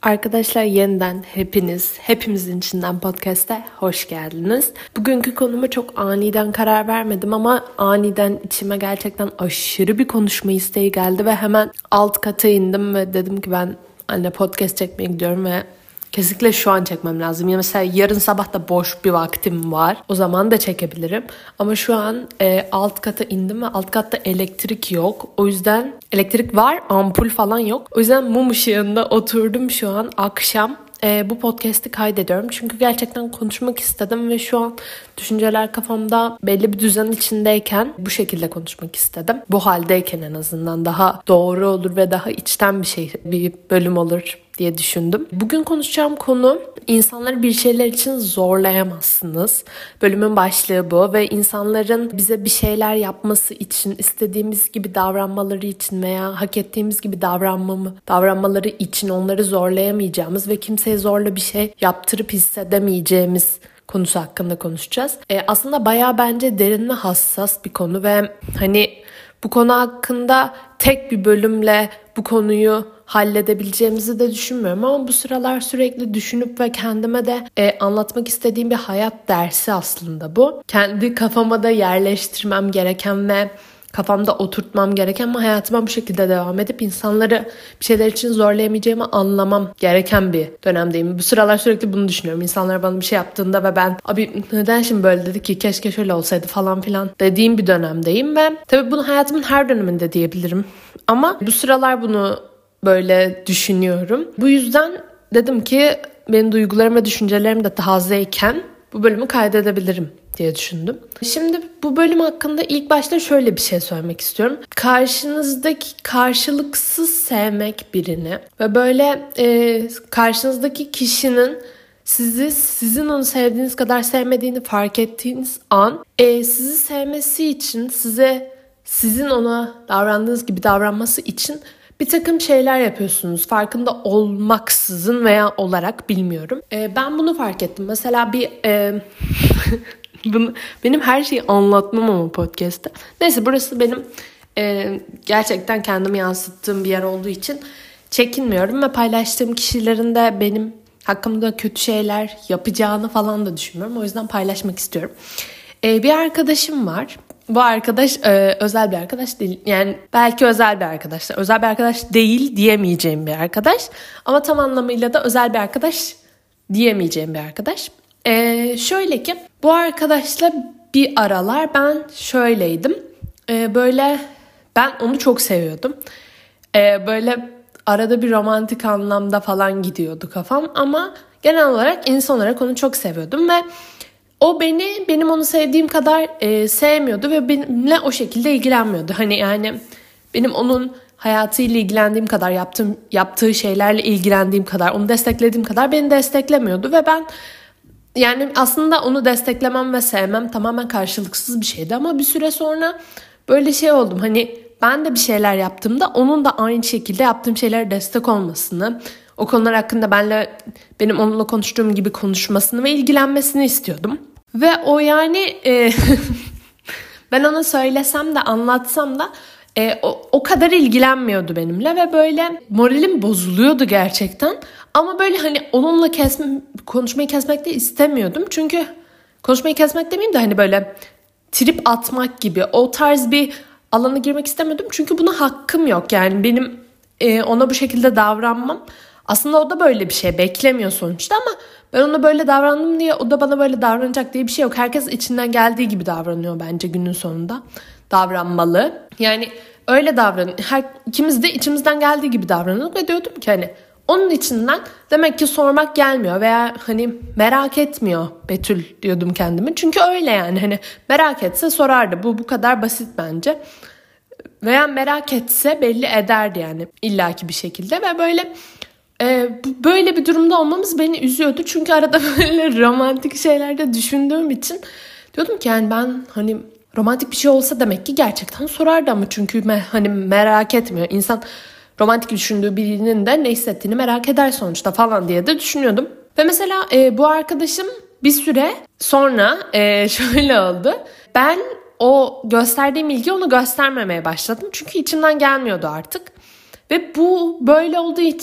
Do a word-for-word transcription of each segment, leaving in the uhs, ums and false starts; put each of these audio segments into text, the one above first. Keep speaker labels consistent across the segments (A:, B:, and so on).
A: Arkadaşlar yeniden hepiniz, hepimizin içinden podcast'e hoş geldiniz. Bugünkü konuma çok aniden karar vermedim ama aniden içime gerçekten aşırı bir konuşma isteği geldi ve hemen alt kata indim ve dedim ki ben anne podcast çekmeye gidiyorum ve kesinlikle şu an çekmem lazım. Ya mesela yarın sabah da boş bir vaktim var. O zaman da çekebilirim. Ama şu an e, alt kata indim ve alt katta elektrik yok. O yüzden elektrik var, ampul falan yok. O yüzden mum ışığında oturdum şu an akşam. E, bu podcast'i kaydediyorum. Çünkü gerçekten konuşmak istedim ve şu an düşünceler kafamda belli bir düzen içindeyken bu şekilde konuşmak istedim. Bu haldeyken en azından daha doğru olur ve daha içten bir şey, bir bölüm olur diye düşündüm. Bugün konuşacağım konu insanları bir şeyler için zorlayamazsınız. Bölümün başlığı bu ve insanların bize bir şeyler yapması için, istediğimiz gibi davranmaları için veya hak ettiğimiz gibi davranmamı, davranmaları için onları zorlayamayacağımız ve kimseye zorla bir şey yaptırıp hissedemeyeceğimiz konusu hakkında konuşacağız. E, aslında bayağı bence derin ve hassas bir konu ve hani bu konu hakkında tek bir bölümle bu konuyu halledebileceğimizi de düşünmüyorum ama bu sıralar sürekli düşünüp ve kendime de e, anlatmak istediğim bir hayat dersi aslında bu. Kendi kafama da yerleştirmem gereken ve kafamda oturtmam gereken ama hayatıma bu şekilde devam edip insanları bir şeyler için zorlayamayacağımı anlamam gereken bir dönemdeyim. Bu sıralar sürekli bunu düşünüyorum. İnsanlar bana bir şey yaptığında ve ben abi neden şimdi böyle dedi ki keşke şöyle olsaydı falan filan dediğim bir dönemdeyim ve tabii bunu hayatımın her döneminde diyebilirim. Ama bu sıralar bunu böyle düşünüyorum. Bu yüzden dedim ki benim duygularım ve düşüncelerim de tazeyken bu bölümü kaydedebilirim diye düşündüm. Şimdi bu bölüm hakkında ilk başta şöyle bir şey söylemek istiyorum. Karşınızdaki karşılıksız sevmek birini ve böyle e, karşınızdaki kişinin sizi sizin onu sevdiğiniz kadar sevmediğini fark ettiğiniz an e, sizi sevmesi için size sizin ona davrandığınız gibi davranması için bir takım şeyler yapıyorsunuz. Farkında olmaksızın veya olarak bilmiyorum. Ee, ben bunu fark ettim. Mesela bir... E, bunu, benim her şeyi anlatmam ama podcast'te. Neyse burası benim e, gerçekten kendimi yansıttığım bir yer olduğu için çekinmiyorum. Ve paylaştığım kişilerin de benim hakkımda kötü şeyler yapacağını falan da düşünmüyorum. O yüzden paylaşmak istiyorum. Ee, bir arkadaşım var. Bu arkadaş e, özel bir arkadaş değil. Yani belki özel bir arkadaş. Özel bir arkadaş değil diyemeyeceğim bir arkadaş. Ama tam anlamıyla da özel bir arkadaş diyemeyeceğim bir arkadaş. E, şöyle ki bu arkadaşla bir aralar ben şöyleydim. E, böyle ben onu çok seviyordum. E, böyle arada bir romantik anlamda falan gidiyordu kafam. Ama genel olarak insan olarak onu çok seviyordum ve o beni, benim onu sevdiğim kadar e, sevmiyordu ve benimle o şekilde ilgilenmiyordu. Hani yani benim onun hayatıyla ilgilendiğim kadar, yaptığım, yaptığı şeylerle ilgilendiğim kadar, onu desteklediğim kadar beni desteklemiyordu. Ve ben yani aslında onu desteklemem ve sevmem tamamen karşılıksız bir şeydi. Ama bir süre sonra böyle şey oldum. Hani ben de bir şeyler yaptığımda onun da aynı şekilde yaptığım şeylere destek olmasını, o konular hakkında benle, benim onunla konuştuğum gibi konuşmasını ve ilgilenmesini istiyordum. Ve o yani e, ben ona söylesem de anlatsam da e, o, o kadar ilgilenmiyordu benimle ve böyle moralim bozuluyordu gerçekten. Ama böyle hani onunla kesme, konuşmayı kesmek de istemiyordum. Çünkü konuşmayı kesmek demeyeyim de hani böyle trip atmak gibi o tarz bir alana girmek istemiyordum. Çünkü buna hakkım yok yani benim e, ona bu şekilde davranmam. Aslında o da böyle bir şey beklemiyor sonuçta ama ben ona böyle davrandım diye o da bana böyle davranacak diye bir şey yok. Herkes içinden geldiği gibi davranıyor bence günün sonunda. Davranmalı. Yani öyle davranıyor. Her, ikimiz de içimizden geldiği gibi davranıyorduk ve diyordum ki hani onun içinden demek ki sormak gelmiyor veya hani merak etmiyor Betül diyordum kendime. Çünkü öyle yani hani merak etse sorardı. Bu bu kadar basit bence. Veya merak etse belli ederdi yani illaki bir şekilde ve böyle Ee, böyle bir durumda olmamız beni üzüyordu. Çünkü arada böyle romantik şeylerde düşündüğüm için diyordum ki yani ben hani romantik bir şey olsa demek ki gerçekten sorardı ama çünkü me- hani merak etmiyor. İnsan romantik düşündüğü birinin de ne hissettiğini merak eder sonuçta falan diye de düşünüyordum. Ve mesela e, bu arkadaşım bir süre sonra e, şöyle oldu. Ben o gösterdiğim ilgi onu göstermemeye başladım. Çünkü içimden gelmiyordu artık. Ve bu böyle olduğu için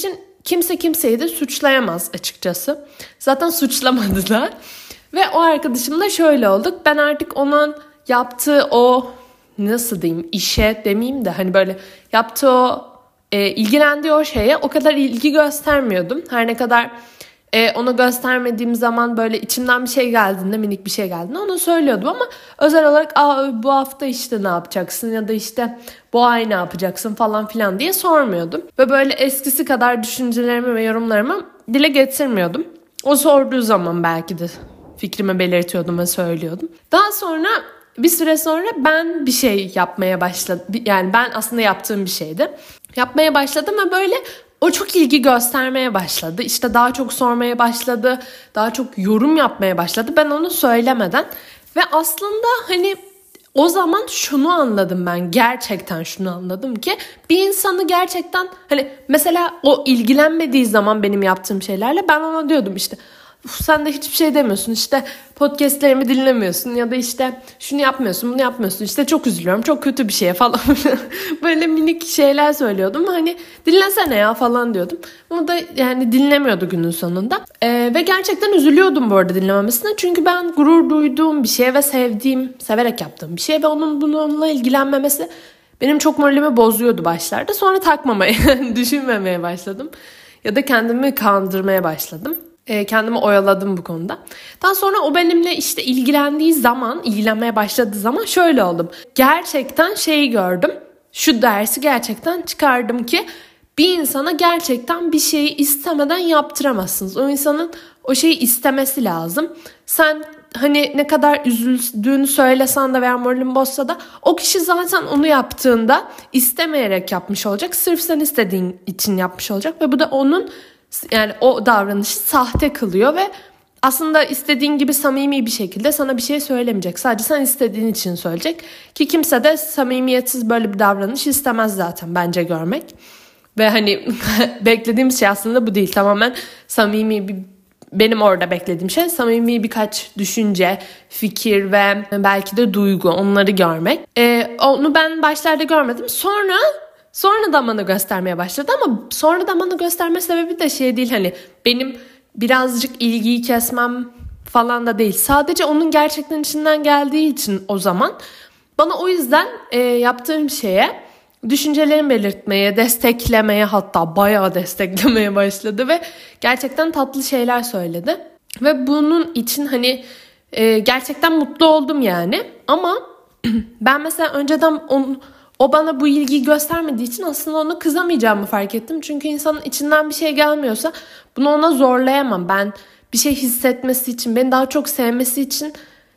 A: kimse kimseyi de suçlayamaz açıkçası. Zaten suçlamadılar. Ve o arkadaşımla şöyle olduk. Ben artık onun yaptığı o, nasıl diyeyim, işe demeyeyim de hani böyle yaptığı o e, ilgilendiği o şeye o kadar ilgi göstermiyordum. Her ne kadar e, ona göstermediğim zaman böyle içimden bir şey geldiğinde, minik bir şey geldiğinde onu söylüyordum ama özel olarak Aa, bu hafta işte ne yapacaksın ya da işte bu ay ne yapacaksın falan filan diye sormuyordum. Ve böyle eskisi kadar düşüncelerimi ve yorumlarımı dile getirmiyordum. O sorduğu zaman belki de fikrimi belirtiyordum ve söylüyordum. Daha sonra bir süre sonra ben bir şey yapmaya başladım. Yani ben aslında yaptığım bir şeydi. Yapmaya başladım ve böyle o çok ilgi göstermeye başladı. İşte daha çok sormaya başladı. Daha çok yorum yapmaya başladı. Ben onu söylemeden. Ve aslında hani o zaman şunu anladım ben. Gerçekten şunu anladım ki bir insanı gerçekten hani mesela o ilgilenmediği zaman benim yaptığım şeylerle ben ona diyordum işte sen de hiçbir şey demiyorsun, işte podcastlerimi dinlemiyorsun ya da işte şunu yapmıyorsun, bunu yapmıyorsun, işte çok üzülüyorum, çok kötü bir şeye falan. Böyle minik şeyler söylüyordum. Hani dinlesene ya falan diyordum. O da yani dinlemiyordu günün sonunda. Ee, ve gerçekten üzülüyordum bu arada dinlememesine. Çünkü ben gurur duyduğum bir şey ve sevdiğim, severek yaptığım bir şey ve onun bununla ilgilenmemesi benim çok moralimi bozuyordu başlarda. Sonra takmamaya, düşünmemeye başladım. Ya da kendimi kandırmaya başladım. E, kendimi oyaladım bu konuda. Daha sonra o benimle işte ilgilendiği zaman, ilgilenmeye başladığı zaman şöyle oldum. Gerçekten şeyi gördüm. Şu dersi gerçekten çıkardım ki bir insana gerçekten bir şeyi istemeden yaptıramazsınız. O insanın o şeyi istemesi lazım. Sen hani ne kadar üzüldüğünü söylesen de veya moralin bozsa da o kişi zaten onu yaptığında istemeyerek yapmış olacak. Sırf sen istediğin için yapmış olacak ve bu da onun yani o davranışı sahte kılıyor ve aslında istediğin gibi samimi bir şekilde sana bir şey söylemeyecek. Sadece sen istediğin için söyleyecek. Ki kimse de samimiyetsiz böyle bir davranış istemez zaten bence görmek. Ve hani beklediğimiz şey aslında bu değil. Tamamen samimi bir, benim orada beklediğim şey samimi birkaç düşünce, fikir ve belki de duygu, onları görmek. Ee, onu ben başlarda görmedim. Sonra Sonradan bana göstermeye başladı ama sonradan bana gösterme sebebi de şey değil, hani benim birazcık ilgiyi kesmem falan da değil. Sadece onun gerçekten içinden geldiği için o zaman bana o yüzden e, yaptığım şeye düşüncelerimi belirtmeye, desteklemeye, hatta bayağı desteklemeye başladı ve gerçekten tatlı şeyler söyledi. Ve bunun için hani e, gerçekten mutlu oldum yani. Ama ben mesela önceden onu O bana bu ilgiyi göstermediği için aslında ona kızamayacağımı fark ettim. Çünkü insanın içinden bir şey gelmiyorsa bunu ona zorlayamam. Ben bir şey hissetmesi için, beni daha çok sevmesi için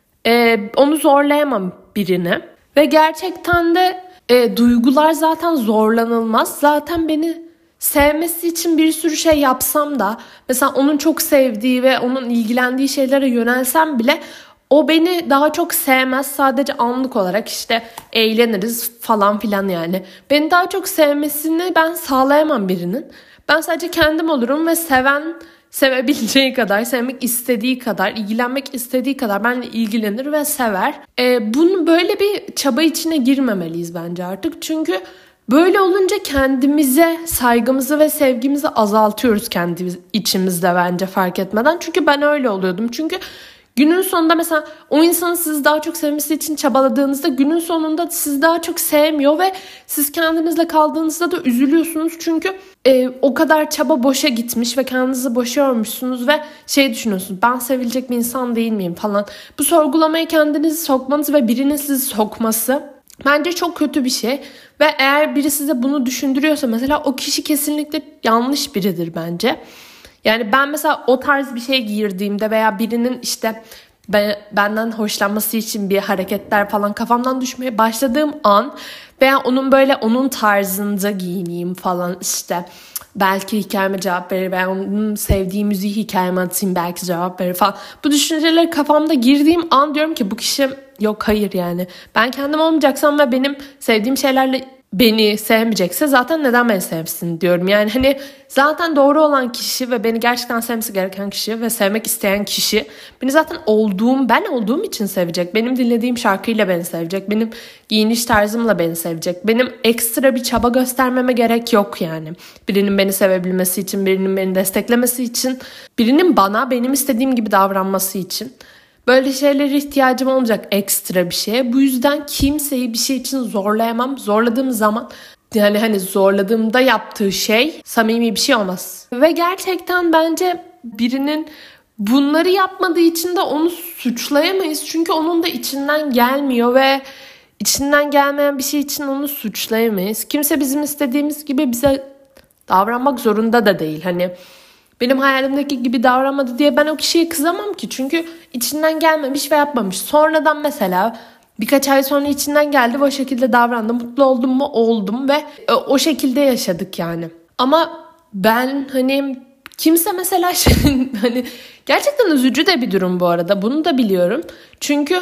A: e, onu zorlayamam birine. Ve gerçekten de e, duygular zaten zorlanılmaz. Zaten beni sevmesi için bir sürü şey yapsam da, mesela onun çok sevdiği ve onun ilgilendiği şeylere yönelsem bile o beni daha çok sevmez. Sadece anlık olarak işte eğleniriz falan filan yani. Beni daha çok sevmesini ben sağlayamam birinin. Ben sadece kendim olurum ve seven sevebileceği kadar, sevmek istediği kadar, ilgilenmek istediği kadar benimle ilgilenir ve sever. Ee, bunu böyle bir çaba içine girmemeliyiz bence artık. Çünkü böyle olunca kendimize saygımızı ve sevgimizi azaltıyoruz kendi içimizde bence fark etmeden. Çünkü ben öyle oluyordum. Çünkü günün sonunda mesela o insanın sizi daha çok sevmesi için çabaladığınızda günün sonunda sizi daha çok sevmiyor ve siz kendinizle kaldığınızda da üzülüyorsunuz. Çünkü e, o kadar çaba boşa gitmiş ve kendinizi boşa yormuşsunuz ve şey düşünüyorsunuz, ben sevilecek bir insan değil miyim falan. Bu sorgulamaya kendinizi sokmanız ve birinin sizi sokması bence çok kötü bir şey. Ve eğer biri size bunu düşündürüyorsa mesela o kişi kesinlikle yanlış biridir bence. Yani ben mesela o tarz bir şey giyirdiğimde veya birinin işte benden hoşlanması için bir hareketler falan kafamdan düşmeye başladığım an veya onun böyle onun tarzında giyineyim falan, işte belki hikayeme cevap verir veya onun sevdiği müziği hikayeme atayım belki cevap verir falan. Bu düşünceler kafamda girdiğim an diyorum ki bu kişi yok, hayır yani. Ben kendim olmayacaksam ve benim sevdiğim şeylerle beni sevmeyecekse zaten neden beni sevsin diyorum. Yani hani zaten doğru olan kişi ve beni gerçekten sevmesi gereken kişi ve sevmek isteyen kişi beni zaten olduğum, ben olduğum için sevecek. Benim dinlediğim şarkıyla beni sevecek. Benim giyiniş tarzımla beni sevecek. Benim ekstra bir çaba göstermeme gerek yok yani. Birinin beni sevebilmesi için, birinin beni desteklemesi için, birinin bana benim istediğim gibi davranması için. Böyle şeylere ihtiyacım olmayacak, ekstra bir şeye. Bu yüzden kimseyi bir şey için zorlayamam. Zorladığım zaman, yani hani zorladığımda yaptığı şey samimi bir şey olmaz. Ve gerçekten bence birinin bunları yapmadığı için de onu suçlayamayız. Çünkü onun da içinden gelmiyor ve içinden gelmeyen bir şey için onu suçlayamayız. Kimse bizim istediğimiz gibi bize davranmak zorunda da değil. Hani benim hayalimdeki gibi davranmadı diye ben o kişiye kızamam ki. Çünkü içinden gelmemiş ve yapmamış. Sonradan mesela birkaç ay sonra içinden geldi ve o şekilde davrandı. Mutlu oldum mu? Oldum ve o şekilde yaşadık yani. Ama ben hani kimse mesela şey, hani gerçekten üzücü de bir durum bu arada. Bunu da biliyorum. Çünkü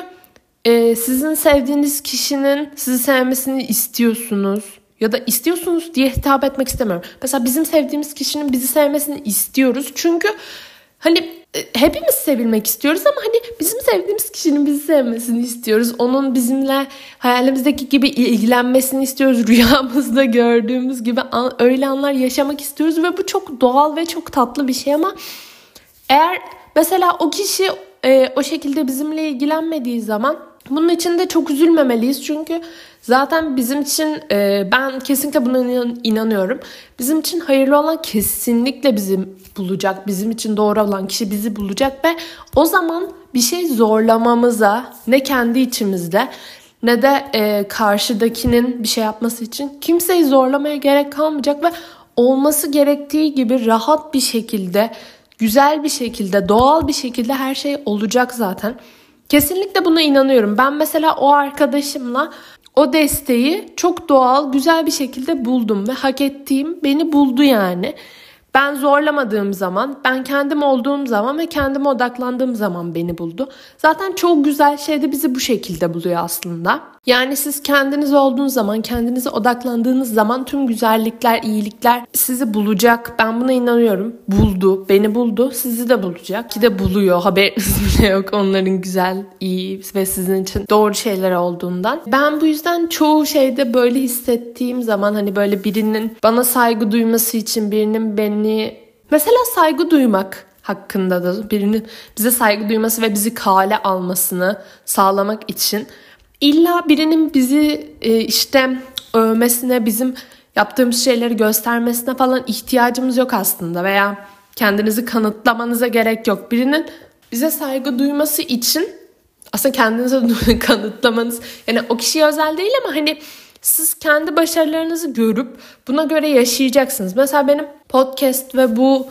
A: e, sizin sevdiğiniz kişinin sizi sevmesini istiyorsunuz. Ya da istiyorsunuz diye hitap etmek istemiyorum. Mesela bizim sevdiğimiz kişinin bizi sevmesini istiyoruz. Çünkü hani hepimiz sevilmek istiyoruz ama hani bizim sevdiğimiz kişinin bizi sevmesini istiyoruz. Onun bizimle hayalimizdeki gibi ilgilenmesini istiyoruz. Rüyamızda gördüğümüz gibi öyle anlar yaşamak istiyoruz ve bu çok doğal ve çok tatlı bir şey ama eğer mesela o kişi e, o şekilde bizimle ilgilenmediği zaman bunun için de çok üzülmemeliyiz. Çünkü zaten bizim için e, ben kesinlikle buna inanıyorum. Bizim için hayırlı olan kesinlikle bizi bulacak. Bizim için doğru olan kişi bizi bulacak ve o zaman bir şey zorlamamıza ne kendi içimizde ne de e, karşıdakinin bir şey yapması için kimseyi zorlamaya gerek kalmayacak ve olması gerektiği gibi rahat bir şekilde, güzel bir şekilde, doğal bir şekilde her şey olacak zaten. Kesinlikle buna inanıyorum. Ben mesela o arkadaşımla o desteği çok doğal, güzel bir şekilde buldum ve hak ettiğim beni buldu yani. Ben zorlamadığım zaman, ben kendim olduğum zaman ve kendime odaklandığım zaman beni buldu. Zaten çok güzel şey de bizi bu şekilde buluyor aslında. Yani siz kendiniz olduğunuz zaman, kendinize odaklandığınız zaman tüm güzellikler, iyilikler sizi bulacak. Ben buna inanıyorum. Buldu, beni buldu, sizi de bulacak. Ki de buluyor, haberiniz bile yok onların güzel, iyi ve sizin için doğru şeyler olduğundan. Ben bu yüzden çoğu şeyde böyle hissettiğim zaman hani böyle birinin bana saygı duyması için, birinin beni mesela saygı duymak hakkında da birinin bize saygı duyması ve bizi kale almasını sağlamak için İlla birinin bizi e, işte övmesine, bizim yaptığımız şeyleri göstermesine falan ihtiyacımız yok aslında veya kendinizi kanıtlamanıza gerek yok. Birinin bize saygı duyması için aslında kendinize kanıtlamanız, yani o kişiye özel değil ama hani siz kendi başarılarınızı görüp buna göre yaşayacaksınız. Mesela benim podcast ve bu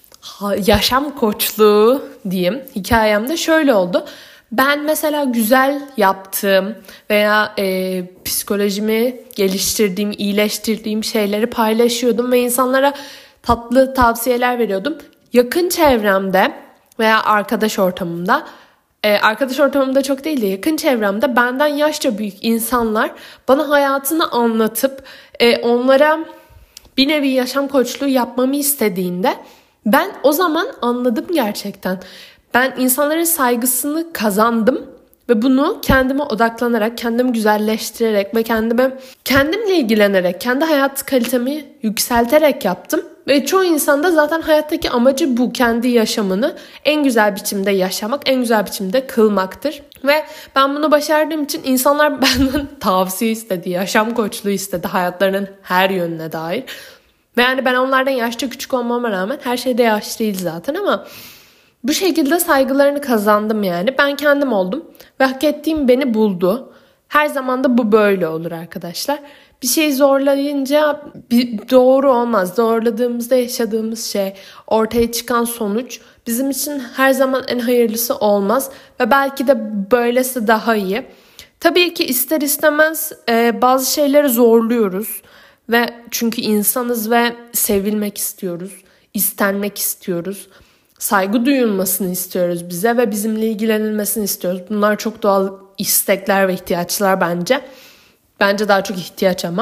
A: yaşam koçluğu diyeyim hikayemde şöyle oldu. Ben mesela güzel yaptığım veya e, psikolojimi geliştirdiğim, iyileştirdiğim şeyleri paylaşıyordum ve insanlara tatlı tavsiyeler veriyordum. Yakın çevremde veya arkadaş ortamımda, e, arkadaş ortamımda çok değil de yakın çevremde benden yaşça büyük insanlar bana hayatını anlatıp e, onlara bir nevi yaşam koçluğu yapmamı istediğinde ben o zaman anladım gerçekten. Ben insanların saygısını kazandım ve bunu kendime odaklanarak, kendimi güzelleştirerek ve kendime kendimle ilgilenerek, kendi hayat kalitemi yükselterek yaptım. Ve çoğu insan da zaten hayattaki amacı bu, kendi yaşamını en güzel biçimde yaşamak, en güzel biçimde kılmaktır. Ve ben bunu başardığım için insanlar benden tavsiye istedi, yaşam koçluğu istedi hayatlarının her yönüne dair. Ve yani ben onlardan yaşça küçük olmama rağmen her şeyde yaşlıydı zaten ama bu şekilde saygılarını kazandım yani. Ben kendim oldum ve hak ettiğim beni buldu. Her zaman da bu böyle olur arkadaşlar. Bir şey zorlayınca doğru olmaz. Zorladığımızda yaşadığımız şey, ortaya çıkan sonuç bizim için her zaman en hayırlısı olmaz. Ve belki de böylesi daha iyi. Tabii ki ister istemez e, bazı şeyleri zorluyoruz. Ve çünkü insanız ve sevilmek istiyoruz, istenmek istiyoruz. Saygı duyulmasını istiyoruz bize ve bizimle ilgilenilmesini istiyoruz. Bunlar çok doğal istekler ve ihtiyaçlar bence. Bence daha çok ihtiyaç ama.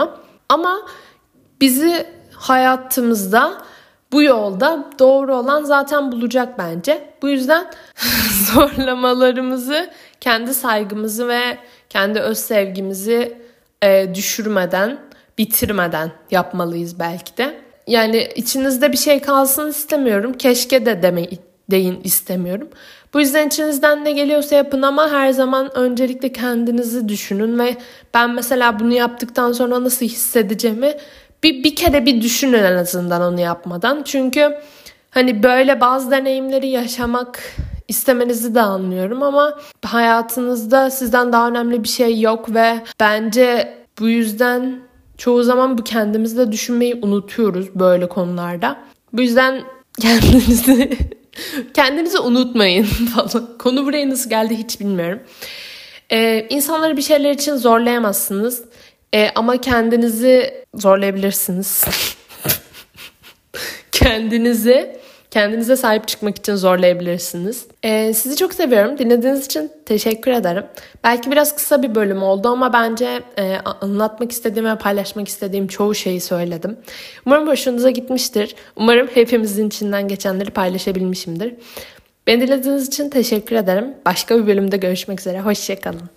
A: Ama bizi hayatımızda bu yolda doğru olan zaten bulacak bence. Bu yüzden zorlamalarımızı, kendi saygımızı ve kendi öz sevgimizi e, düşürmeden, bitirmeden yapmalıyız belki de. Yani içinizde bir şey kalsın istemiyorum. Keşke de demeyin, deyin istemiyorum. Bu yüzden içinizden ne geliyorsa yapın ama her zaman öncelikle kendinizi düşünün ve ben mesela bunu yaptıktan sonra nasıl hissedeceğimi bir, bir kere bir düşünün en azından onu yapmadan. Çünkü hani böyle bazı deneyimleri yaşamak istemenizi de anlıyorum ama hayatınızda sizden daha önemli bir şey yok ve bence bu yüzden çoğu zaman bu kendimizde düşünmeyi unutuyoruz böyle konularda. Bu yüzden kendinizi kendinizi unutmayın falan. Konu buraya nasıl geldi hiç bilmiyorum. Ee, insanları bir şeyler için zorlayamazsınız. Ee, ama kendinizi zorlayabilirsiniz. Kendinizi Kendinize sahip çıkmak için zorlayabilirsiniz. Ee, sizi çok seviyorum. Dinlediğiniz için teşekkür ederim. Belki biraz kısa bir bölüm oldu ama bence e, anlatmak istediğim ve paylaşmak istediğim çoğu şeyi söyledim. Umarım hoşunuza gitmiştir. Umarım hepimizin içinden geçenleri paylaşabilmişimdir. Beni dinlediğiniz için teşekkür ederim. Başka bir bölümde görüşmek üzere. Hoşça kalın.